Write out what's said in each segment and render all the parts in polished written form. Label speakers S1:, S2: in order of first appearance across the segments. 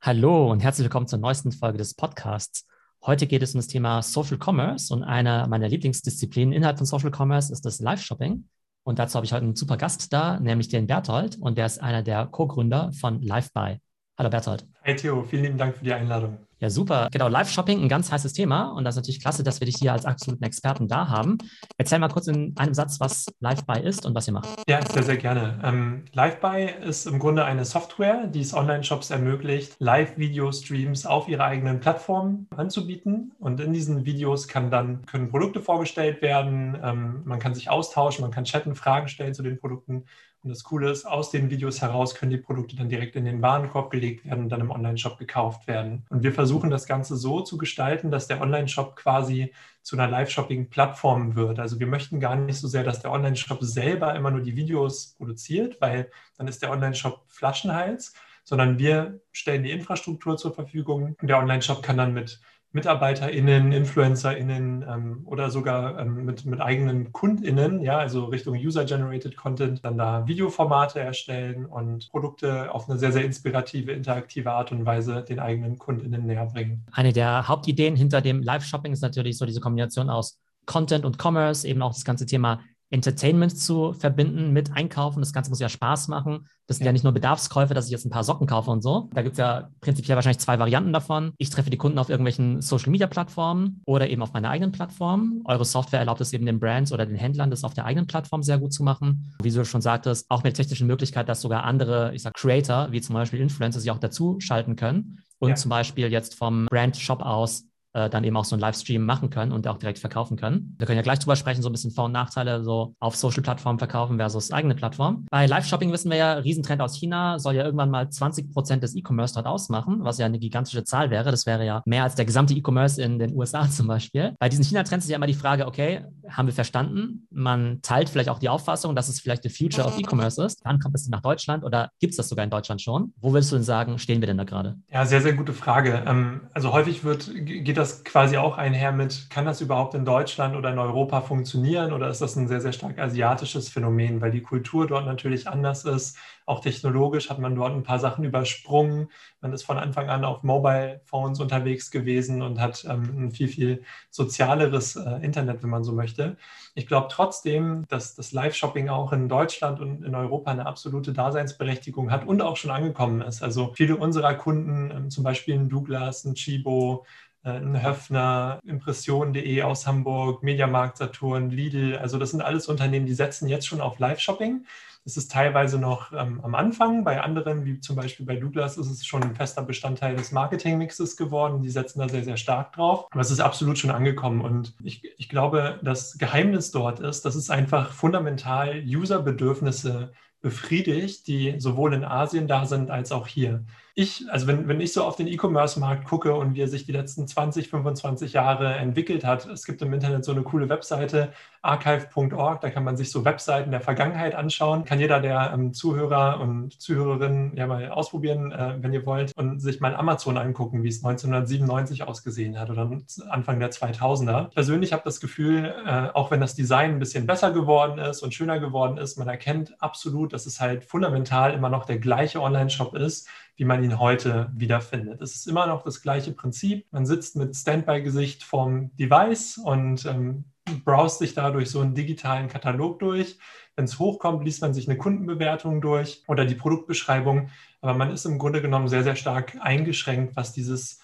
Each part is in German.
S1: Hallo und herzlich willkommen zur neuesten Folge des Podcasts. Heute geht es um das Thema Social Commerce und eine meiner Lieblingsdisziplinen innerhalb von Social Commerce ist das Live-Shopping. Und dazu habe ich heute einen super Gast da, nämlich den Berthold und der ist einer der Co-Gründer von LiveBuy. Hallo Berthold.
S2: Hi Theo, vielen lieben Dank für die Einladung.
S1: Ja, super. Genau, Live-Shopping, ein ganz heißes Thema und das ist natürlich klasse, dass wir dich hier als absoluten Experten da haben. Erzähl mal kurz in einem Satz, was LiveBuy ist und was ihr macht.
S2: Ja, sehr, sehr gerne. LiveBuy ist im Grunde eine Software, die es Online-Shops ermöglicht, Live-Video-Streams auf ihrer eigenen Plattform anzubieten. Und in diesen Videos können Produkte vorgestellt werden, man kann sich austauschen, man kann chatten, Fragen stellen zu den Produkten. Und das Coole ist, aus den Videos heraus können die Produkte dann direkt in den Warenkorb gelegt werden und dann im Online-Shop gekauft werden. Und wir versuchen das Ganze so zu gestalten, dass der Online-Shop quasi zu einer Live-Shopping-Plattform wird. Also wir möchten gar nicht so sehr, dass der Online-Shop selber immer nur die Videos produziert, weil dann ist der Online-Shop Flaschenhals, sondern wir stellen die Infrastruktur zur Verfügung. Und der Online-Shop kann dann mit MitarbeiterInnen, InfluencerInnen oder sogar mit eigenen KundInnen, ja, also Richtung User-Generated Content, dann da Videoformate erstellen und Produkte auf eine sehr, sehr inspirative, interaktive Art und Weise den eigenen KundInnen näher bringen.
S1: Eine der Hauptideen hinter dem Live-Shopping ist natürlich so diese Kombination aus Content und Commerce, eben auch das ganze Thema Entertainment zu verbinden mit Einkaufen. Das Ganze muss ja Spaß machen. Das sind ja nicht nur Bedarfskäufe, dass ich jetzt ein paar Socken kaufe und so. Da gibt es ja prinzipiell wahrscheinlich zwei Varianten davon. Ich treffe die Kunden auf irgendwelchen Social-Media-Plattformen oder eben auf meiner eigenen Plattform. Eure Software erlaubt es eben den Brands oder den Händlern, das auf der eigenen Plattform sehr gut zu machen. Wie du schon sagtest, auch mit der technischen Möglichkeit, dass sogar andere, ich sag Creator, wie zum Beispiel Influencer, sich auch dazu schalten können und
S2: Ja.
S1: zum Beispiel jetzt vom Brand-Shop aus dann eben auch so einen Livestream machen können und auch direkt verkaufen können. Wir können ja gleich drüber sprechen, so ein bisschen Vor- und Nachteile so auf Social-Plattformen verkaufen versus eigene Plattform. Bei Live-Shopping wissen wir ja, Riesentrend aus China, soll ja irgendwann mal 20% des E-Commerce dort ausmachen, was ja eine gigantische Zahl wäre. Das wäre ja mehr als der gesamte E-Commerce in den USA zum Beispiel. Bei diesen China-Trends ist ja immer die Frage, okay, haben wir verstanden? Man teilt vielleicht auch die Auffassung, dass es vielleicht the future of E-Commerce ist. Wann kommt es nach Deutschland oder gibt es das sogar in Deutschland schon? Wo willst du denn sagen, stehen wir denn da gerade?
S2: Ja, sehr, sehr gute Frage. Also häufig geht das quasi auch einher mit, kann das überhaupt in Deutschland oder in Europa funktionieren oder ist das ein sehr, sehr stark asiatisches Phänomen, weil die Kultur dort natürlich anders ist. Auch technologisch hat man dort ein paar Sachen übersprungen. Man ist von Anfang an auf Mobile Phones unterwegs gewesen und hat ein viel, viel sozialeres Internet, wenn man so möchte. Ich glaube trotzdem, dass das Live-Shopping auch in Deutschland und in Europa eine absolute Daseinsberechtigung hat und auch schon angekommen ist. Also viele unserer Kunden, zum Beispiel ein Douglas, ein Chibo, ein Höffner, Impression.de aus Hamburg, Mediamarkt Saturn, Lidl, also das sind alles Unternehmen, die setzen jetzt schon auf Live-Shopping. Es ist teilweise noch am Anfang. Bei anderen, wie zum Beispiel bei Douglas, ist es schon ein fester Bestandteil des Marketingmixes geworden. Die setzen da sehr, sehr stark drauf. Aber es ist absolut schon angekommen. Und ich glaube, das Geheimnis dort ist, dass es einfach fundamental Userbedürfnisse befriedigt, die sowohl in Asien da sind als auch hier. Also wenn ich so auf den E-Commerce-Markt gucke und wie er sich die letzten 20, 25 Jahre entwickelt hat, es gibt im Internet so eine coole Webseite, archive.org, da kann man sich so Webseiten der Vergangenheit anschauen. Kann jeder der Zuhörer und Zuhörerinnen ja mal ausprobieren, wenn ihr wollt, und sich mal Amazon angucken, wie es 1997 ausgesehen hat oder Anfang der 2000er. Ich persönlich habe das Gefühl, auch wenn das Design ein bisschen besser geworden ist und schöner geworden ist, man erkennt absolut, dass es halt fundamental immer noch der gleiche Online-Shop ist, wie man ihn heute wiederfindet. Es ist immer noch das gleiche Prinzip. Man sitzt mit Standby-Gesicht vorm Device und browst sich da durch so einen digitalen Katalog durch. Wenn es hochkommt, liest man sich eine Kundenbewertung durch oder die Produktbeschreibung. Aber man ist im Grunde genommen sehr, sehr stark eingeschränkt, was dieses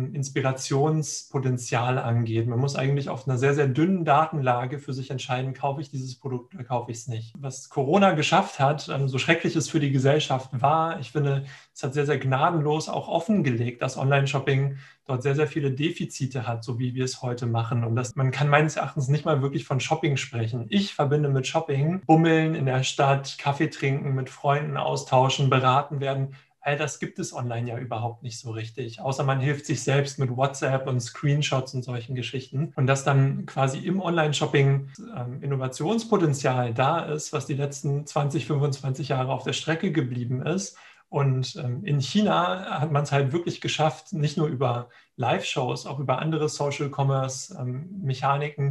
S2: Inspirationspotenzial angeht. Man muss eigentlich auf einer sehr, sehr dünnen Datenlage für sich entscheiden, kaufe ich dieses Produkt oder kaufe ich es nicht. Was Corona geschafft hat, so schrecklich es für die Gesellschaft war, ich finde, es hat sehr, sehr gnadenlos auch offengelegt, dass Online-Shopping dort sehr, sehr viele Defizite hat, so wie wir es heute machen. Und man kann meines Erachtens nicht mal wirklich von Shopping sprechen. Ich verbinde mit Shopping Bummeln in der Stadt, Kaffee trinken, mit Freunden austauschen, beraten werden. All das gibt es online ja überhaupt nicht so richtig, außer man hilft sich selbst mit WhatsApp und Screenshots und solchen Geschichten. Und dass dann quasi im Online-Shopping Innovationspotenzial da ist, was die letzten 20, 25 Jahre auf der Strecke geblieben ist. Und in China hat man es halt wirklich geschafft, nicht nur über Live-Shows, auch über andere Social-Commerce-Mechaniken,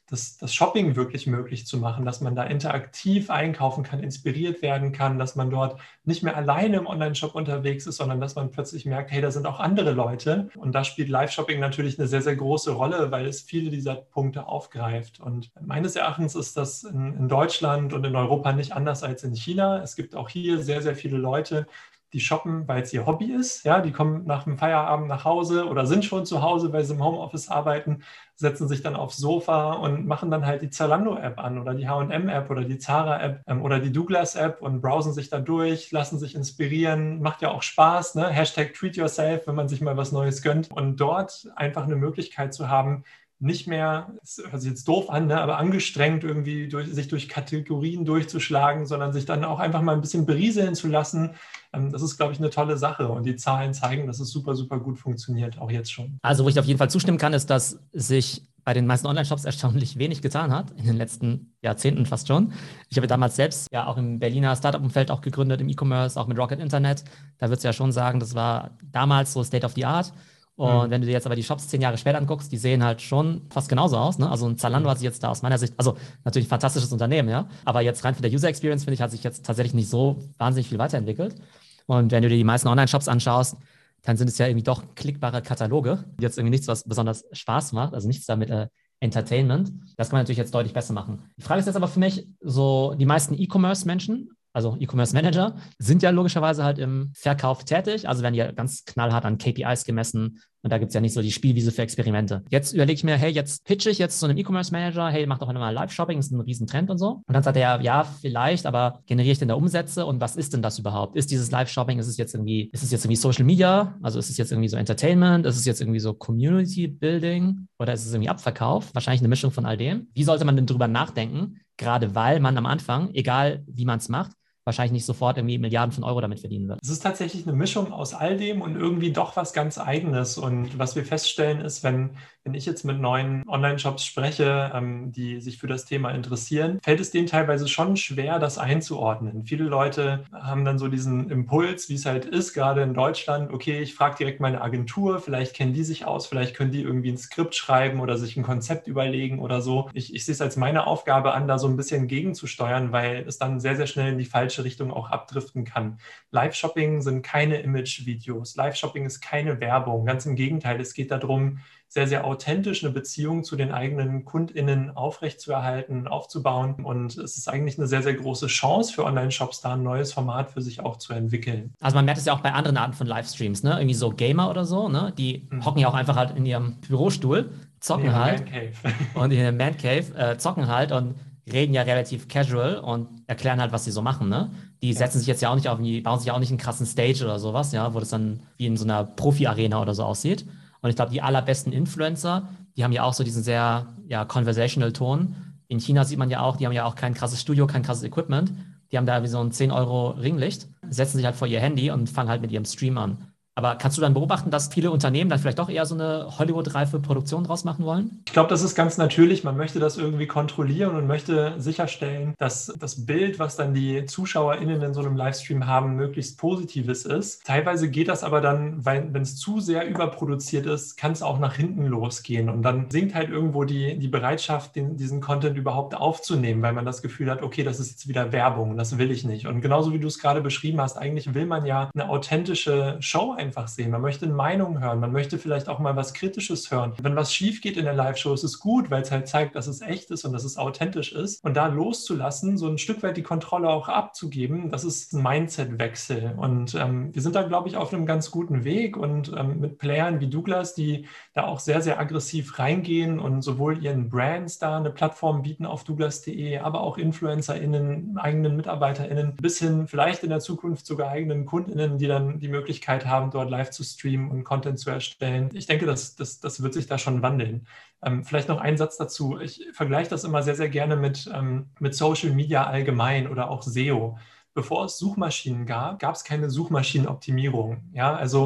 S2: das Shopping wirklich möglich zu machen, dass man da interaktiv einkaufen kann, inspiriert werden kann, dass man dort nicht mehr alleine im Online-Shop unterwegs ist, sondern dass man plötzlich merkt, hey, da sind auch andere Leute. Und da spielt Live-Shopping natürlich eine sehr, sehr große Rolle, weil es viele dieser Punkte aufgreift. Und meines Erachtens ist das in Deutschland und in Europa nicht anders als in China. Es gibt auch hier sehr, sehr viele Leute, die shoppen, weil es ihr Hobby ist. Ja, die kommen nach dem Feierabend nach Hause oder sind schon zu Hause, weil sie im Homeoffice arbeiten, setzen sich dann aufs Sofa und machen dann halt die Zalando-App an oder die H&M-App oder die Zara-App oder die Douglas-App und browsen sich da durch, lassen sich inspirieren. Macht ja auch Spaß, ne? Hashtag Treat Yourself, wenn man sich mal was Neues gönnt. Und dort einfach eine Möglichkeit zu haben, nicht mehr, das hört sich jetzt doof an, ne, aber angestrengt irgendwie sich durch Kategorien durchzuschlagen, sondern sich dann auch einfach mal ein bisschen berieseln zu lassen. Das ist, glaube ich, eine tolle Sache. Und die Zahlen zeigen, dass es super, super gut funktioniert, auch jetzt schon.
S1: Also, wo ich auf jeden Fall zustimmen kann, ist, dass sich bei den meisten Online-Shops erstaunlich wenig getan hat, in den letzten Jahrzehnten fast schon. Ich habe damals selbst ja auch im Berliner Startup-Umfeld auch gegründet, im E-Commerce, auch mit Rocket Internet. Da würdest du ja schon sagen, das war damals so State of the Art. Und wenn du dir jetzt aber die Shops 10 Jahre später anguckst, die sehen halt schon fast genauso aus. Ne? Also ein Zalando hat sich jetzt da aus meiner Sicht, also natürlich ein fantastisches Unternehmen, ja. Aber jetzt rein von der User Experience, finde ich, hat sich jetzt tatsächlich nicht so wahnsinnig viel weiterentwickelt. Und wenn du dir die meisten Online-Shops anschaust, dann sind es ja irgendwie doch klickbare Kataloge. Jetzt irgendwie nichts, was besonders Spaß macht, also nichts damit Entertainment. Das kann man natürlich jetzt deutlich besser machen. Die Frage ist jetzt aber für mich, so die meisten E-Commerce-Menschen, also E-Commerce-Manager, sind ja logischerweise halt im Verkauf tätig, also werden ja ganz knallhart an KPIs gemessen und da gibt es ja nicht so die Spielwiese für Experimente. Jetzt überlege ich mir, hey, jetzt pitche ich jetzt zu einem E-Commerce-Manager, hey, mach doch mal Live-Shopping, ist ein Riesentrend und so. Und dann sagt er, ja, vielleicht, aber generiere ich denn da Umsätze und was ist denn das überhaupt? Ist dieses Live-Shopping, ist es jetzt irgendwie Social Media, also ist es jetzt irgendwie so Entertainment, ist es jetzt irgendwie so Community-Building oder ist es irgendwie Abverkauf? Wahrscheinlich eine Mischung von all dem. Wie sollte man denn drüber nachdenken? Gerade weil man am Anfang, egal wie man es macht, wahrscheinlich nicht sofort irgendwie Milliarden von Euro damit verdienen wird.
S2: Es ist tatsächlich eine Mischung aus all dem und irgendwie doch was ganz Eigenes. Und was wir feststellen ist, wenn ich jetzt mit neuen Online-Shops spreche, die sich für das Thema interessieren, fällt es denen teilweise schon schwer, das einzuordnen. Viele Leute haben dann so diesen Impuls, wie es halt ist, gerade in Deutschland, okay, ich frage direkt meine Agentur, vielleicht kennen die sich aus, vielleicht können die irgendwie ein Skript schreiben oder sich ein Konzept überlegen oder so. Ich sehe es als meine Aufgabe an, da so ein bisschen gegenzusteuern, weil es dann sehr, sehr schnell in die falsche Richtung auch abdriften kann. Live-Shopping sind keine Image-Videos. Live-Shopping ist keine Werbung. Ganz im Gegenteil, es geht darum, sehr, sehr authentisch eine Beziehung zu den eigenen KundInnen aufrechtzuerhalten, aufzubauen. Und es ist eigentlich eine sehr, sehr große Chance für Online-Shops, da ein neues Format für sich auch zu entwickeln.
S1: Also man merkt es ja auch bei anderen Arten von Livestreams, ne? Irgendwie so Gamer oder so, ne? Die hocken ja auch einfach halt in ihrem Bürostuhl, zocken halt. Und in ihrem Man Cave zocken halt und reden ja relativ casual und erklären halt, was sie so machen, ne? Die setzen sich jetzt ja auch nicht bauen sich ja auch nicht einen krassen Stage oder sowas, ja, wo das dann wie in so einer Profi-Arena oder so aussieht. Und ich glaube, die allerbesten Influencer, die haben ja auch so diesen sehr, ja, conversational Ton. In China sieht man ja auch, die haben ja auch kein krasses Studio, kein krasses Equipment. Die haben da wie so ein 10 € Ringlicht, setzen sich halt vor ihr Handy und fangen halt mit ihrem Stream an. Aber kannst du dann beobachten, dass viele Unternehmen dann vielleicht doch eher so eine Hollywood-reife Produktion draus machen wollen?
S2: Ich glaube, das ist ganz natürlich. Man möchte das irgendwie kontrollieren und möchte sicherstellen, dass das Bild, was dann die ZuschauerInnen in so einem Livestream haben, möglichst positives ist. Teilweise geht das aber dann, wenn es zu sehr überproduziert ist, kann es auch nach hinten losgehen. Und dann sinkt halt irgendwo die Bereitschaft, diesen Content überhaupt aufzunehmen, weil man das Gefühl hat, okay, das ist jetzt wieder Werbung, das will ich nicht. Und genauso wie du es gerade beschrieben hast, eigentlich will man ja eine authentische Show einfach sehen. Man möchte eine Meinung hören, man möchte vielleicht auch mal was Kritisches hören. Wenn was schief geht in der Live-Show, ist es gut, weil es halt zeigt, dass es echt ist und dass es authentisch ist. Und da loszulassen, so ein Stück weit die Kontrolle auch abzugeben, das ist ein Mindset-Wechsel. Und wir sind da, glaube ich, auf einem ganz guten Weg und mit Playern wie Douglas, die da auch sehr, sehr aggressiv reingehen und sowohl ihren Brands da eine Plattform bieten auf douglas.de, aber auch InfluencerInnen, eigenen MitarbeiterInnen, bis hin vielleicht in der Zukunft sogar eigenen KundInnen, die dann die Möglichkeit haben, dort live zu streamen und Content zu erstellen. Ich denke, das wird sich da schon wandeln. Vielleicht noch ein Satz dazu. Ich vergleiche das immer sehr, sehr gerne mit Social Media allgemein oder auch SEO. Bevor es Suchmaschinen gab, gab es keine Suchmaschinenoptimierung. Ja, also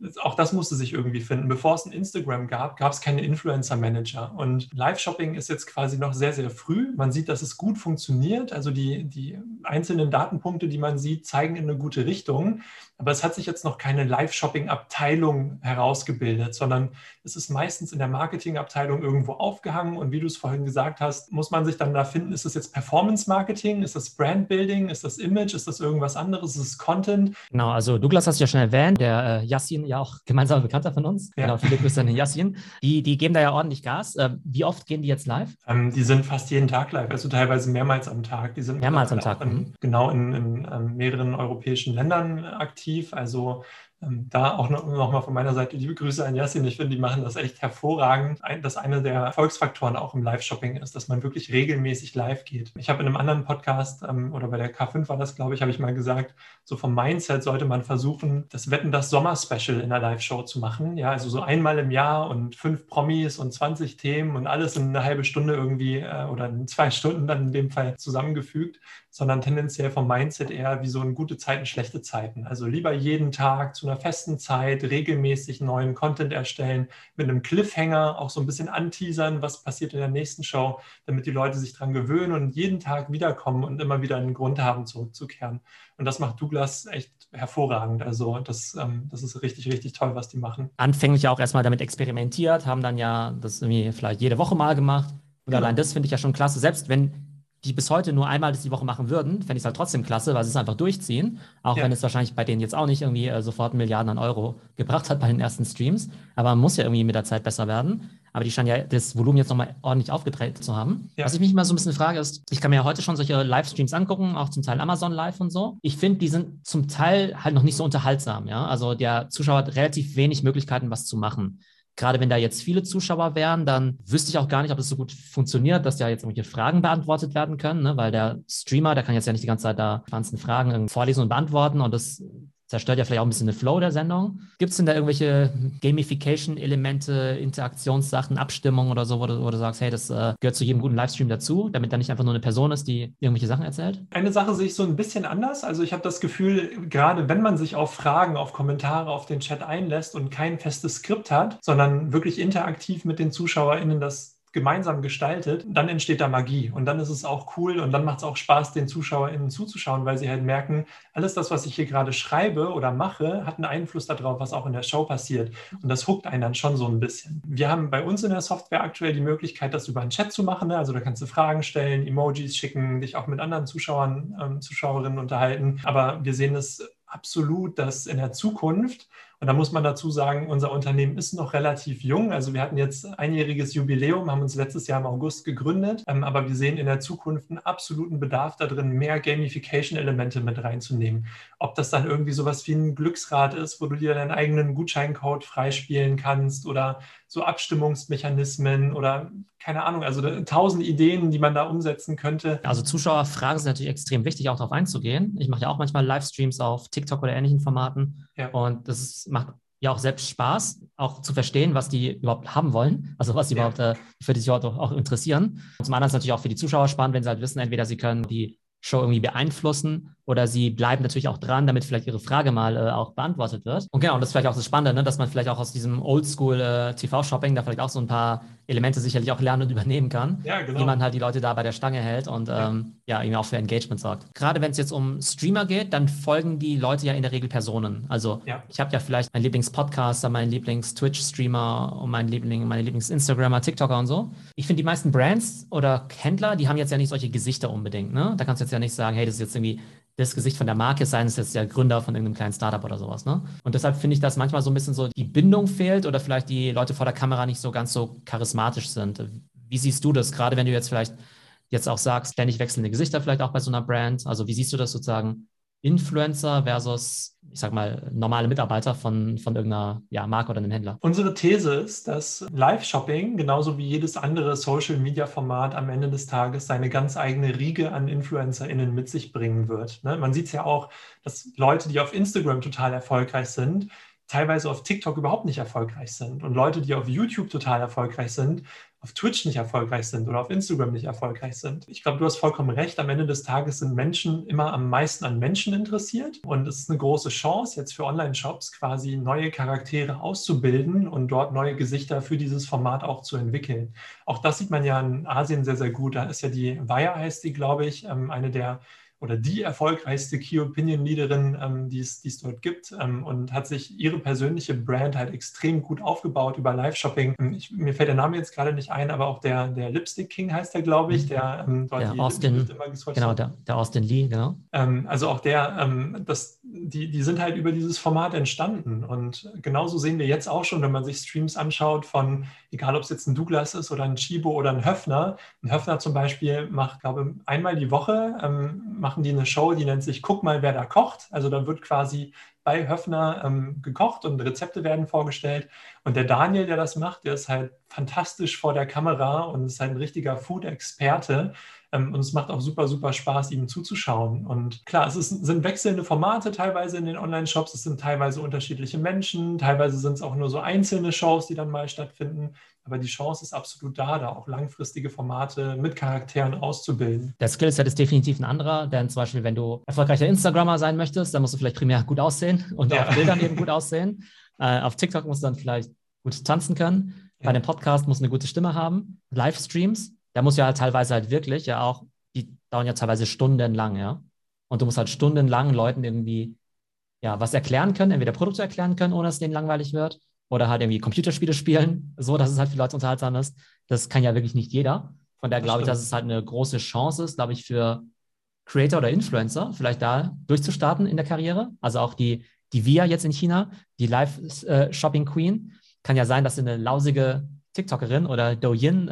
S2: auch das musste sich irgendwie finden. Bevor es ein Instagram gab, gab es keine Influencer-Manager. Und Live-Shopping ist jetzt quasi noch sehr, sehr früh. Man sieht, dass es gut funktioniert. Also die einzelnen Datenpunkte, die man sieht, zeigen in eine gute Richtung. Aber es hat sich jetzt noch keine Live-Shopping-Abteilung herausgebildet, sondern es ist meistens in der Marketing-Abteilung irgendwo aufgehangen. Und wie du es vorhin gesagt hast, muss man sich dann da finden, ist das jetzt Performance-Marketing, ist das Brand-Building, ist das Image, ist das irgendwas anderes, ist es Content?
S1: Genau, also Douglas hast du ja schon erwähnt, der Yassin, ja auch gemeinsamer Bekannter von uns.
S2: Ja.
S1: Genau, viele Grüße an den Yassin. Die geben da ja ordentlich Gas. Wie oft gehen die jetzt live?
S2: Die sind fast jeden Tag live, also teilweise mehrmals am Tag. Die sind
S1: Mehrmals am Tag.
S2: Genau in mehreren europäischen Ländern aktiv. Also da auch noch mal von meiner Seite liebe Grüße an Yassin. Ich finde, die machen das echt hervorragend. Dass einer der Erfolgsfaktoren auch im Live-Shopping ist, dass man wirklich regelmäßig live geht. Ich habe in einem anderen Podcast oder bei der K5 war das, glaube ich, habe ich mal gesagt, so vom Mindset sollte man versuchen, das Wetten, das Sommer-Special in der Live-Show zu machen. Ja, also so einmal im Jahr und 5 Promis und 20 Themen und alles in eine halbe Stunde irgendwie oder in 2 Stunden dann in dem Fall zusammengefügt, sondern tendenziell vom Mindset eher wie so in gute Zeiten, schlechte Zeiten. Also lieber jeden Tag zu einer festen Zeit regelmäßig neuen Content erstellen, mit einem Cliffhanger auch so ein bisschen anteasern, was passiert in der nächsten Show, damit die Leute sich dran gewöhnen und jeden Tag wiederkommen und immer wieder einen Grund haben, zurückzukehren. Und das macht Douglas echt hervorragend. Also das ist richtig, richtig toll, was die machen.
S1: Anfänglich auch erstmal damit experimentiert, haben dann ja das irgendwie vielleicht jede Woche mal gemacht. Und
S2: Genau.
S1: Allein das finde ich ja schon klasse. Selbst wenn die bis heute nur einmal das die Woche machen würden, fände ich es halt trotzdem klasse, weil sie es einfach durchziehen. Auch wenn es wahrscheinlich bei denen jetzt auch nicht irgendwie sofort Milliarden an Euro gebracht hat bei den ersten Streams. Aber man muss ja irgendwie mit der Zeit besser werden. Aber die scheinen ja das Volumen jetzt nochmal ordentlich aufgedreht zu haben. Ja. Was ich mich immer so ein bisschen frage, ist, ich kann mir ja heute schon solche Livestreams angucken, auch zum Teil Amazon Live und so. Ich finde, die sind zum Teil halt noch nicht so unterhaltsam. Ja? Also der Zuschauer hat relativ wenig Möglichkeiten, was zu machen. Gerade wenn da jetzt viele Zuschauer wären, dann wüsste ich auch gar nicht, ob das so gut funktioniert, dass da jetzt irgendwelche Fragen beantwortet werden können, ne? Weil der Streamer, der kann jetzt ja nicht die ganze Zeit da 20 Fragen vorlesen und beantworten und das zerstört ja vielleicht auch ein bisschen den Flow der Sendung. Gibt es denn da irgendwelche Gamification-Elemente, Interaktionssachen, Abstimmungen oder so, wo du sagst, hey, das gehört zu jedem guten Livestream dazu, damit da nicht einfach nur eine Person ist, die irgendwelche Sachen erzählt?
S2: Eine Sache sehe ich so ein bisschen anders. Also ich habe das Gefühl, gerade wenn man sich auf Fragen, auf Kommentare, auf den Chat einlässt und kein festes Skript hat, sondern wirklich interaktiv mit den ZuschauerInnen das gemeinsam gestaltet, dann entsteht da Magie und dann ist es auch cool und dann macht es auch Spaß, den ZuschauerInnen zuzuschauen, weil sie halt merken, alles das, was ich hier gerade schreibe oder mache, hat einen Einfluss darauf, was auch in der Show passiert und das hookt einen dann schon so ein bisschen. Wir haben bei uns in der Software aktuell die Möglichkeit, das über einen Chat zu machen, ne? Also da kannst du Fragen stellen, Emojis schicken, dich auch mit anderen Zuschauerinnen unterhalten, aber wir sehen es absolut, dass in der Zukunft, und da muss man dazu sagen, unser Unternehmen ist noch relativ jung, also wir hatten jetzt einjähriges Jubiläum, haben uns letztes Jahr im August gegründet, aber wir sehen in der Zukunft einen absoluten Bedarf darin, mehr Gamification-Elemente mit reinzunehmen. Ob das dann irgendwie sowas wie ein Glücksrad ist, wo du dir deinen eigenen Gutscheincode freispielen kannst oder so Abstimmungsmechanismen oder keine Ahnung, also 1000 Ideen, die man da umsetzen könnte.
S1: Also Zuschauerfragen sind natürlich extrem wichtig, auch darauf einzugehen. Ich mache ja auch manchmal Livestreams auf TikTok oder ähnlichen Formaten und macht ja auch selbst Spaß, auch zu verstehen, was die überhaupt haben wollen, also was sie überhaupt für die sich auch interessieren. Und zum anderen ist es natürlich auch für die Zuschauer spannend, wenn sie halt wissen, entweder sie können die Show irgendwie beeinflussen oder sie bleiben natürlich auch dran, damit vielleicht ihre Frage mal auch beantwortet wird. Und genau, das ist vielleicht auch das Spannende, ne? Dass man vielleicht auch aus diesem Oldschool TV-Shopping da vielleicht auch so ein paar Elemente sicherlich auch lernen und übernehmen kann, wie man halt die Leute da bei der Stange hält und irgendwie auch für Engagement sorgt. Gerade wenn es jetzt um Streamer geht, dann folgen die Leute ja in der Regel Personen. Also ich habe ja vielleicht meinen Lieblingspodcaster, meinen Lieblings-Twitch-Streamer und meine Lieblings-Instagrammer, TikToker und so. Ich finde, die meisten Brands oder Händler, die haben jetzt ja nicht solche Gesichter unbedingt. Ne? Da kannst du jetzt ja nicht sagen, hey, das ist jetzt irgendwie das Gesicht von der Marke, sein ist jetzt der Gründer von irgendeinem kleinen Startup oder sowas. Ne? Und deshalb finde ich, dass manchmal so ein bisschen so die Bindung fehlt oder vielleicht die Leute vor der Kamera nicht so ganz so charismatisch sind. Wie siehst du das, gerade wenn du jetzt vielleicht jetzt auch sagst, ständig wechselnde Gesichter vielleicht auch bei so einer Brand? Also wie siehst du das sozusagen? Influencer versus, ich sag mal, normale Mitarbeiter von irgendeiner Marke oder einem Händler?
S2: Unsere These ist, dass Live-Shopping genauso wie jedes andere Social-Media-Format am Ende des Tages seine ganz eigene Riege an InfluencerInnen mit sich bringen wird. Ne? Man sieht es ja auch, dass Leute, die auf Instagram total erfolgreich sind, teilweise auf TikTok überhaupt nicht erfolgreich sind und Leute, die auf YouTube total erfolgreich sind, auf Twitch nicht erfolgreich sind oder auf Instagram nicht erfolgreich sind. Ich glaube, du hast vollkommen recht. Am Ende des Tages sind Menschen immer am meisten an Menschen interessiert. Und es ist eine große Chance, jetzt für Online-Shops quasi neue Charaktere auszubilden und dort neue Gesichter für dieses Format auch zu entwickeln. Auch das sieht man ja in Asien sehr, sehr gut. Da ist ja die Vaya, heißt die, glaube ich, eine der oder die erfolgreichste Key-Opinion-Leaderin, die es dort gibt, und hat sich ihre persönliche Brand halt extrem gut aufgebaut über Live-Shopping. Mir fällt der Name jetzt gerade nicht ein, aber auch der Lipstick King heißt der, glaube ich, der dort
S1: Der
S2: die
S1: Austin,
S2: Lippenstift immer geswatcht
S1: genau,
S2: hat.
S1: der Austin Lee, genau.
S2: Also auch die sind halt über dieses Format entstanden. Und genauso sehen wir jetzt auch schon, wenn man sich Streams anschaut von, egal ob es jetzt ein Douglas ist oder ein Chibo oder ein Höffner. Ein Höffner zum Beispiel macht, glaube ich, einmal die Woche, machen die eine Show, die nennt sich Guck mal, wer da kocht. Also da wird quasi bei Höffner gekocht und Rezepte werden vorgestellt. Und der Daniel, der das macht, der ist halt fantastisch vor der Kamera und ist halt ein richtiger Food-Experte. Und es macht auch super, super Spaß, ihm zuzuschauen. Und klar, sind wechselnde Formate teilweise in den Online-Shops. Es sind teilweise unterschiedliche Menschen. Teilweise sind es auch nur so einzelne Shows, die dann mal stattfinden. Aber die Chance ist absolut da auch langfristige Formate mit Charakteren auszubilden.
S1: Der Skillset ist definitiv ein anderer, denn zum Beispiel, wenn du erfolgreicher Instagrammer sein möchtest, dann musst du vielleicht primär gut aussehen und
S2: Ja.
S1: auf Bildern eben gut aussehen. Auf TikTok musst du dann vielleicht gut tanzen können.
S2: Ja.
S1: Bei einem Podcast musst du eine gute Stimme haben. Livestreams, da musst du ja halt teilweise halt wirklich, ja auch, die dauern ja teilweise stundenlang, ja. Und du musst halt stundenlang Leuten irgendwie, ja, was erklären können, entweder Produkte erklären können, ohne dass es denen langweilig wird, oder halt irgendwie Computerspiele spielen, so dass es halt für Leute unterhaltsam ist. Das kann ja wirklich nicht jeder. Von daher glaube ich, dass es halt eine große Chance ist, glaube ich, für Creator oder Influencer, vielleicht da durchzustarten in der Karriere. Also auch die Via jetzt in China, die Live-Shopping-Queen, kann ja sein, dass sie eine lausige TikTokerin oder Douyin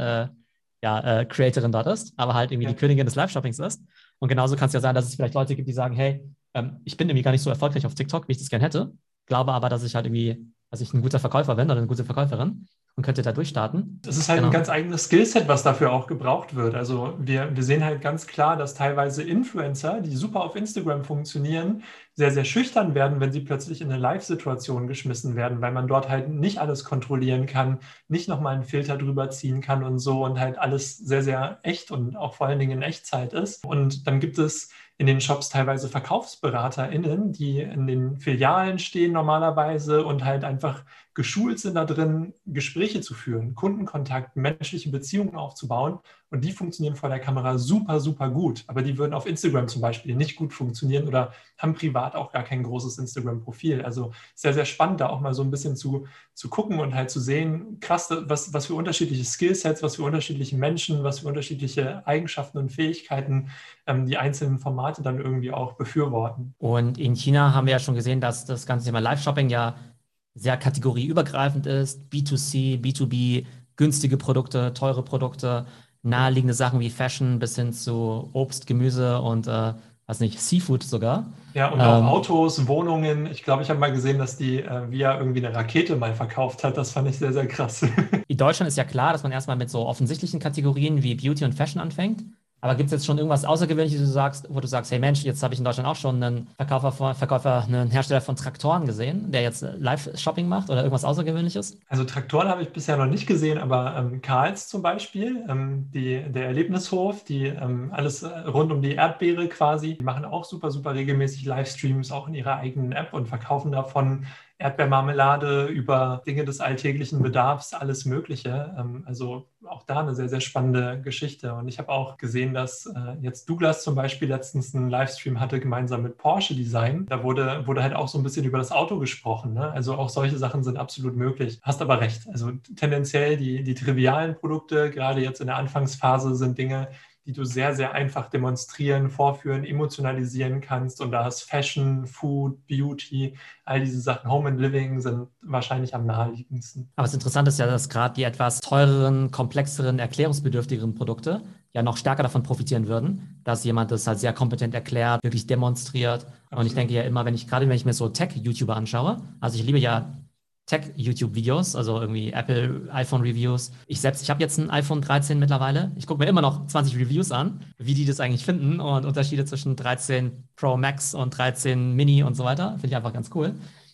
S1: Creatorin dort ist, aber halt irgendwie die Königin des Live-Shoppings ist. Und genauso kann es ja sein, dass es vielleicht Leute gibt, die sagen, hey, ich bin irgendwie gar nicht so erfolgreich auf TikTok, wie ich das gerne hätte, glaube aber, dass ich halt irgendwie, dass ich ein guter Verkäufer bin oder eine gute Verkäuferin und könnte da durchstarten.
S2: Das ist halt ein ganz eigenes Skillset, was dafür auch gebraucht wird. Also wir sehen halt ganz klar, dass teilweise Influencer, die super auf Instagram funktionieren, sehr, sehr schüchtern werden, wenn sie plötzlich in eine Live-Situation geschmissen werden, weil man dort halt nicht alles kontrollieren kann, nicht nochmal einen Filter drüber ziehen kann und so und halt alles sehr, sehr echt und auch vor allen Dingen in Echtzeit ist. Und dann gibt es in den Shops teilweise VerkaufsberaterInnen, die in den Filialen stehen normalerweise und halt einfach geschult sind da drin, Gespräche zu führen, Kundenkontakt, menschliche Beziehungen aufzubauen. Und die funktionieren vor der Kamera super, super gut. Aber die würden auf Instagram zum Beispiel nicht gut funktionieren oder haben privat auch gar kein großes Instagram-Profil. Also sehr, sehr spannend, da auch mal so ein bisschen zu gucken und halt zu sehen, krass, was für unterschiedliche Skillsets, was für unterschiedliche Menschen, was für unterschiedliche Eigenschaften und Fähigkeiten die einzelnen Formate dann irgendwie auch befürworten.
S1: Und in China haben wir ja schon gesehen, dass das ganze Thema Live-Shopping ja sehr kategorieübergreifend ist. B2C, B2B, günstige Produkte, teure Produkte, naheliegende Sachen wie Fashion bis hin zu Obst, Gemüse und weiß nicht, Seafood sogar.
S2: Ja, und auch Autos, Wohnungen. Ich glaube, ich habe mal gesehen, dass die Via irgendwie eine Rakete mal verkauft hat. Das fand ich sehr, sehr krass.
S1: In Deutschland ist ja klar, dass man erstmal mit so offensichtlichen Kategorien wie Beauty und Fashion anfängt. Aber gibt es jetzt schon irgendwas Außergewöhnliches, wo du sagst, hey Mensch, jetzt habe ich in Deutschland auch schon einen einen Hersteller von Traktoren gesehen, der jetzt Live-Shopping macht oder irgendwas Außergewöhnliches?
S2: Also Traktoren habe ich bisher noch nicht gesehen, aber Karls zum Beispiel, der Erlebnishof, die alles rund um die Erdbeere quasi, die machen auch super, super regelmäßig Livestreams, auch in ihrer eigenen App und verkaufen davon Erdbeermarmelade über Dinge des alltäglichen Bedarfs, alles Mögliche. Also auch da eine sehr, sehr spannende Geschichte. Und ich habe auch gesehen, dass jetzt Douglas zum Beispiel letztens einen Livestream hatte, gemeinsam mit Porsche Design. Da wurde halt auch so ein bisschen über das Auto gesprochen. Ne? Also auch solche Sachen sind absolut möglich. Hast aber recht. Also tendenziell die trivialen Produkte, gerade jetzt in der Anfangsphase, sind Dinge, die du sehr, sehr einfach demonstrieren, vorführen, emotionalisieren kannst. Und da ist Fashion, Food, Beauty, all diese Sachen, Home and Living sind wahrscheinlich am naheliegendsten.
S1: Aber das Interessante ist ja, dass gerade die etwas teureren, komplexeren, erklärungsbedürftigeren Produkte ja noch stärker davon profitieren würden, dass jemand das halt sehr kompetent erklärt, wirklich demonstriert. Absolut. Und ich denke ja immer, wenn ich mir so Tech-YouTuber anschaue, also ich liebe ja Tech-YouTube-Videos, also irgendwie Apple, iPhone-Reviews. Ich habe jetzt ein iPhone 13 mittlerweile. Ich gucke mir immer noch 20 Reviews an, wie die das eigentlich finden und Unterschiede zwischen 13 Pro Max und 13 Mini und so weiter. Finde ich einfach ganz cool.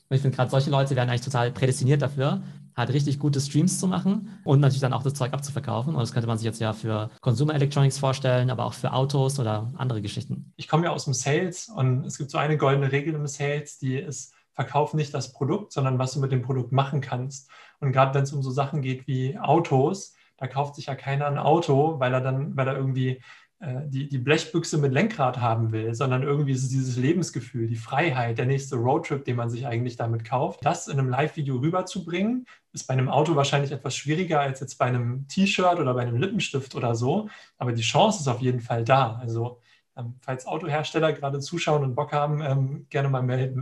S1: Und ich finde gerade solche Leute werden eigentlich total prädestiniert dafür, halt richtig gute Streams zu machen und natürlich dann auch das Zeug abzuverkaufen. Und das könnte man sich jetzt ja für Consumer Electronics vorstellen, aber auch für Autos oder andere Geschichten.
S2: Ich komme ja aus dem Sales und es gibt so eine goldene Regel im Sales, die ist: Verkauf nicht das Produkt, sondern was du mit dem Produkt machen kannst. Und gerade wenn es um so Sachen geht wie Autos, da kauft sich ja keiner ein Auto, weil er irgendwie die Blechbüchse mit Lenkrad haben will, sondern irgendwie ist es dieses Lebensgefühl, die Freiheit, der nächste Roadtrip, den man sich eigentlich damit kauft. Das in einem Live-Video rüberzubringen, ist bei einem Auto wahrscheinlich etwas schwieriger als jetzt bei einem T-Shirt oder bei einem Lippenstift oder so, aber die Chance ist auf jeden Fall da. Also falls Autohersteller gerade zuschauen und Bock haben, gerne mal melden.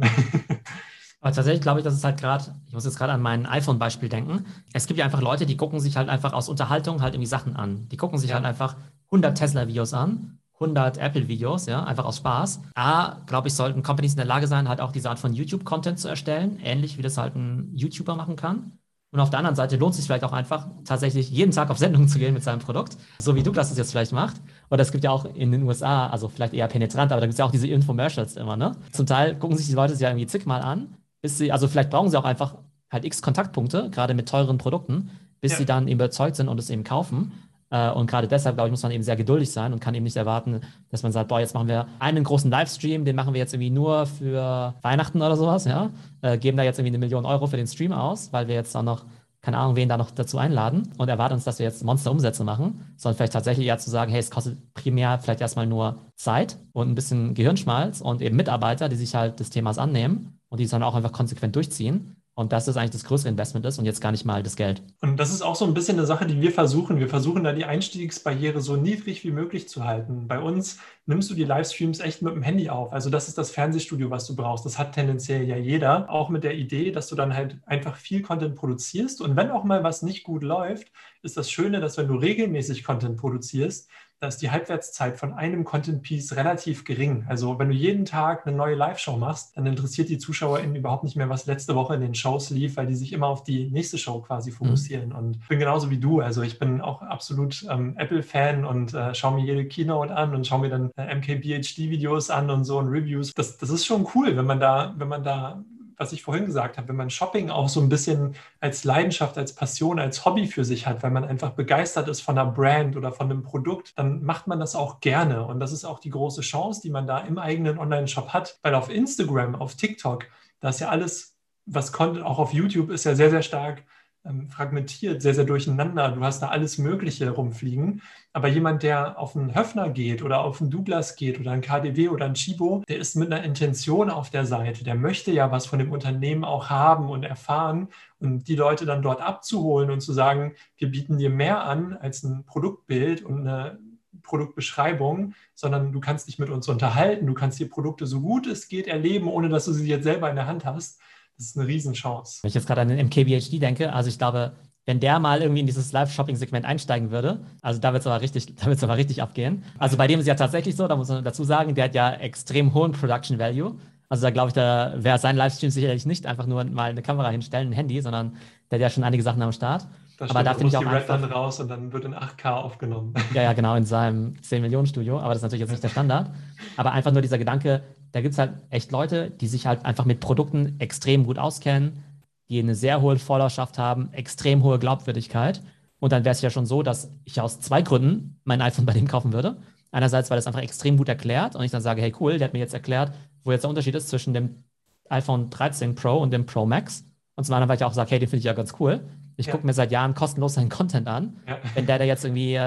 S1: Aber tatsächlich glaube ich, dass es halt gerade, ich muss jetzt gerade an mein iPhone-Beispiel denken. Es gibt ja einfach Leute, die gucken sich halt einfach aus Unterhaltung halt irgendwie Sachen an. Die gucken sich
S2: Ja.
S1: halt einfach 100 Tesla-Videos an, 100 Apple-Videos, ja, einfach aus Spaß. Glaube ich, sollten Companies in der Lage sein, halt auch diese Art von YouTube-Content zu erstellen, ähnlich wie das halt ein YouTuber machen kann. Und auf der anderen Seite lohnt es sich vielleicht auch einfach, tatsächlich jeden Tag auf Sendung zu gehen mit seinem Produkt, so wie Douglas das jetzt vielleicht macht. Oder es gibt ja auch in den USA, also vielleicht eher penetrant, aber da gibt es ja auch diese Infomercials immer, ne? Zum Teil gucken sich die Leute es ja irgendwie zigmal an, bis sie, also vielleicht brauchen sie auch einfach halt x Kontaktpunkte, gerade mit teuren Produkten, bis
S2: Ja.
S1: sie dann eben überzeugt sind und es eben kaufen. Und gerade deshalb, glaube ich, muss man eben sehr geduldig sein und kann eben nicht erwarten, dass man sagt, boah, jetzt machen wir einen großen Livestream, den machen wir jetzt irgendwie nur für Weihnachten oder sowas, ja. Geben da jetzt irgendwie 1 Million Euro für den Stream aus, weil wir jetzt auch noch, keine Ahnung, wen da noch dazu einladen und erwarten uns, dass wir jetzt Monsterumsätze machen, sondern vielleicht tatsächlich eher zu sagen, hey, es kostet primär vielleicht erstmal nur Zeit und ein bisschen Gehirnschmalz und eben Mitarbeiter, die sich halt des Themas annehmen und die es dann auch einfach konsequent durchziehen. Und dass das eigentlich das größere Investment ist und jetzt gar nicht mal das Geld.
S2: Und das ist auch so ein bisschen eine Sache, die wir versuchen. Wir versuchen da die Einstiegsbarriere so niedrig wie möglich zu halten. Bei uns nimmst du die Livestreams echt mit dem Handy auf. Also das ist das Fernsehstudio, was du brauchst. Das hat tendenziell ja jeder. Auch mit der Idee, dass du dann halt einfach viel Content produzierst. Und wenn auch mal was nicht gut läuft, ist das Schöne, dass wenn du regelmäßig Content produzierst, da ist die Halbwertszeit von einem Content-Piece relativ gering. Also wenn du jeden Tag eine neue Live-Show machst, dann interessiert die ZuschauerInnen überhaupt nicht mehr, was letzte Woche in den Shows lief, weil die sich immer auf die nächste Show quasi fokussieren. Und ich bin genauso wie du. Also ich bin auch absolut Apple-Fan und schaue mir jede Keynote an und schaue mir dann MKBHD-Videos an und so und Reviews. Das ist schon cool, wenn man da, was ich vorhin gesagt habe, wenn man Shopping auch so ein bisschen als Leidenschaft, als Passion, als Hobby für sich hat, weil man einfach begeistert ist von einer Brand oder von einem Produkt, dann macht man das auch gerne. Und das ist auch die große Chance, die man da im eigenen Online-Shop hat, weil auf Instagram, auf TikTok, da ist ja alles, was Content, auch auf YouTube ist ja sehr, sehr stark fragmentiert, sehr, sehr durcheinander. Du hast da alles Mögliche rumfliegen. Aber jemand, der auf einen Höffner geht oder auf einen Douglas geht oder einen KaDeWe oder einen Chibo, der ist mit einer Intention auf der Seite. Der möchte ja was von dem Unternehmen auch haben und erfahren und die Leute dann dort abzuholen und zu sagen, wir bieten dir mehr an als ein Produktbild und eine Produktbeschreibung, sondern du kannst dich mit uns unterhalten, du kannst die Produkte so gut es geht erleben, ohne dass du sie jetzt selber in der Hand hast. Das ist eine Riesenchance.
S1: Wenn ich jetzt gerade an den MKBHD denke, also ich glaube, wenn der mal irgendwie in dieses Live-Shopping-Segment einsteigen würde, also da wird es aber richtig abgehen. Also bei dem ist es ja tatsächlich so, da muss man dazu sagen, der hat ja extrem hohen Production Value. Also da glaube ich, da wäre sein Livestream sicherlich nicht einfach nur mal eine Kamera hinstellen, ein Handy, sondern der hat ja schon einige Sachen am Start.
S2: Das
S1: Aber
S2: stimmt,
S1: da finde ich
S2: die
S1: auch
S2: Red dann
S1: einfach,
S2: raus und dann wird in 8K aufgenommen.
S1: ja, genau, in seinem 10-Millionen-Studio, aber das ist natürlich jetzt nicht der Standard. Aber einfach nur dieser Gedanke, da gibt es halt echt Leute, die sich halt einfach mit Produkten extrem gut auskennen, die eine sehr hohe Followerschaft haben, extrem hohe Glaubwürdigkeit. Und dann wäre es ja schon so, dass ich aus 2 Gründen mein iPhone bei dem kaufen würde. Einerseits, weil es einfach extrem gut erklärt und ich dann sage, hey cool, der hat mir jetzt erklärt, wo jetzt der Unterschied ist zwischen dem iPhone 13 Pro und dem Pro Max. Und zum anderen, weil ich auch sage, hey, den finde ich ja ganz cool. Ich gucke mir seit Jahren kostenlos seinen Content an.
S2: Ja.
S1: Wenn der jetzt irgendwie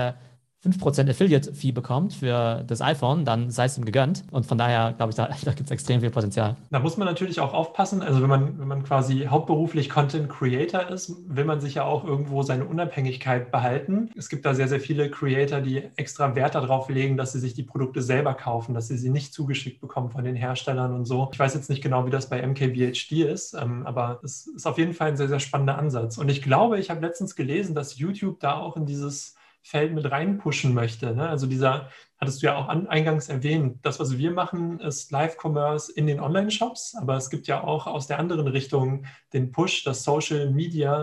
S1: 5% Affiliate-Fee bekommt für das iPhone, dann sei es ihm gegönnt. Und von daher glaube ich, da gibt es extrem viel Potenzial.
S2: Da muss man natürlich auch aufpassen. Also wenn man quasi hauptberuflich Content Creator ist, will man sich ja auch irgendwo seine Unabhängigkeit behalten. Es gibt da sehr, sehr viele Creator, die extra Wert darauf legen, dass sie sich die Produkte selber kaufen, dass sie nicht zugeschickt bekommen von den Herstellern und so. Ich weiß jetzt nicht genau, wie das bei MKBHD ist, aber es ist auf jeden Fall ein sehr, sehr spannender Ansatz. Und ich glaube, ich habe letztens gelesen, dass YouTube da auch in dieses Feld mit reinpushen möchte. Ne? Also hattest du ja auch eingangs erwähnt, das, was wir machen, ist Live-Commerce in den Online-Shops, aber es gibt ja auch aus der anderen Richtung den Push, dass Social Media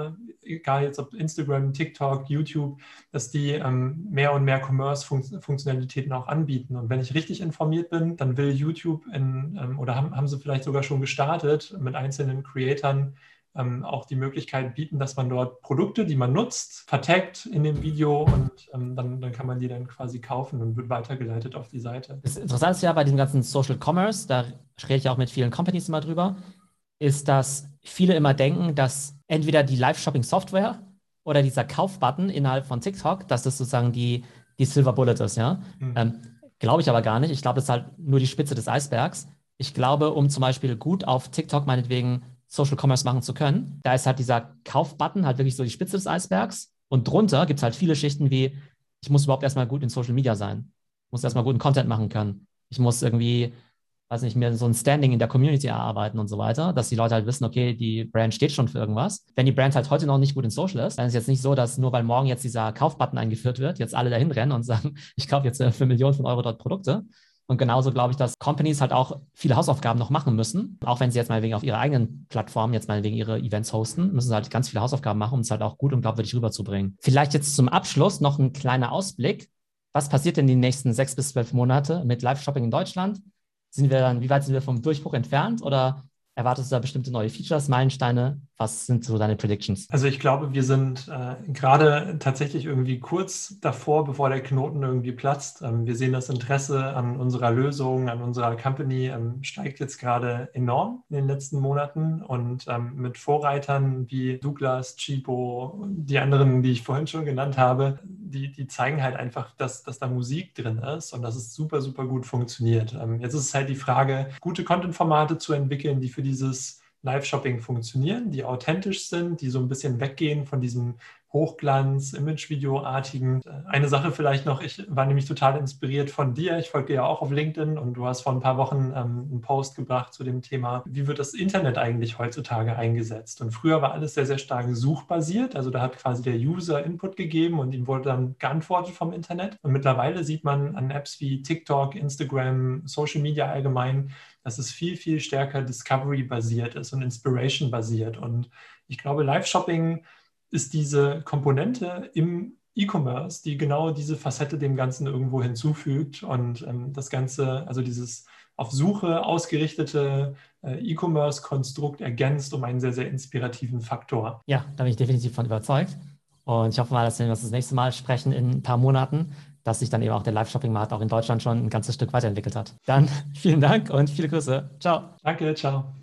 S2: egal jetzt ob Instagram, TikTok, YouTube, dass die mehr und mehr Commerce-Funktionalitäten auch anbieten. Und wenn ich richtig informiert bin, dann will YouTube oder haben sie vielleicht sogar schon gestartet, mit einzelnen Creatoren auch die Möglichkeit bieten, dass man dort Produkte, die man nutzt, vertaggt in dem Video und dann kann man die dann quasi kaufen und wird weitergeleitet auf die Seite.
S1: Das Interessante ist ja bei diesem ganzen Social Commerce, da rede ich auch mit vielen Companies immer drüber, ist, dass viele immer denken, dass entweder die Live-Shopping-Software oder dieser Kaufbutton innerhalb von TikTok, dass das sozusagen die Silver Bullet ist, ja. Glaube ich aber gar nicht. Ich glaube, das ist halt nur die Spitze des Eisbergs. Ich glaube, um zum Beispiel gut auf TikTok meinetwegen Social Commerce machen zu können, da ist halt dieser Kaufbutton halt wirklich so die Spitze des Eisbergs und drunter gibt es halt viele Schichten wie, ich muss überhaupt erstmal gut in Social Media sein. Ich muss erstmal guten Content machen können. Ich muss irgendwie, weiß nicht, mir so ein Standing in der Community erarbeiten und so weiter, dass die Leute halt wissen, okay, die Brand steht schon für irgendwas. Wenn die Brand halt heute noch nicht gut in Social ist, dann ist es jetzt nicht so, dass nur weil morgen jetzt dieser Kaufbutton eingeführt wird, jetzt alle dahin rennen und sagen, ich kaufe jetzt für Millionen von Euro dort Produkte. Und genauso glaube ich, dass Companies halt auch viele Hausaufgaben noch machen müssen. Auch wenn sie jetzt mal wegen auf ihrer eigenen Plattform jetzt mal wegen ihre Events hosten, müssen sie halt ganz viele Hausaufgaben machen, um es halt auch gut und glaubwürdig rüberzubringen. Vielleicht jetzt zum Abschluss noch ein kleiner Ausblick. Was passiert denn die nächsten 6 bis 12 Monate mit Live-Shopping in Deutschland? Wie weit sind wir vom Durchbruch entfernt oder erwartest du da bestimmte neue Features, Meilensteine? Was sind so deine Predictions?
S2: Also ich glaube, wir sind gerade tatsächlich irgendwie kurz davor, bevor der Knoten irgendwie platzt. Wir sehen das Interesse an unserer Lösung, an unserer Company steigt jetzt gerade enorm in den letzten Monaten und mit Vorreitern wie Douglas, Chibo, die anderen, die ich vorhin schon genannt habe, die zeigen halt einfach, dass da Musik drin ist und dass es super, super gut funktioniert. Jetzt ist es halt die Frage, gute Content-Formate zu entwickeln, die für dieses Live-Shopping funktionieren, die authentisch sind, die so ein bisschen weggehen von diesem Hochglanz, Image-Video-artigen. Eine Sache vielleicht noch, ich war nämlich total inspiriert von dir. Ich folge dir ja auch auf LinkedIn und du hast vor ein paar Wochen einen Post gebracht zu dem Thema, wie wird das Internet eigentlich heutzutage eingesetzt? Und früher war alles sehr, sehr stark suchbasiert. Also da hat quasi der User Input gegeben und ihm wurde dann geantwortet vom Internet. Und mittlerweile sieht man an Apps wie TikTok, Instagram, Social Media allgemein, dass es viel, viel stärker Discovery-basiert ist und Inspiration-basiert. Und ich glaube, Live-Shopping ist diese Komponente im E-Commerce, die genau diese Facette dem Ganzen irgendwo hinzufügt und das Ganze, also dieses auf Suche ausgerichtete E-Commerce-Konstrukt ergänzt um einen sehr, sehr inspirativen Faktor.
S1: Ja, da bin ich definitiv von überzeugt. Und ich hoffe mal, dass wir das nächste Mal sprechen in ein paar Monaten, dass sich dann eben auch der Live-Shopping-Markt auch in Deutschland schon ein ganzes Stück weiterentwickelt hat. Dann vielen Dank und viele Grüße. Ciao.
S2: Danke, ciao.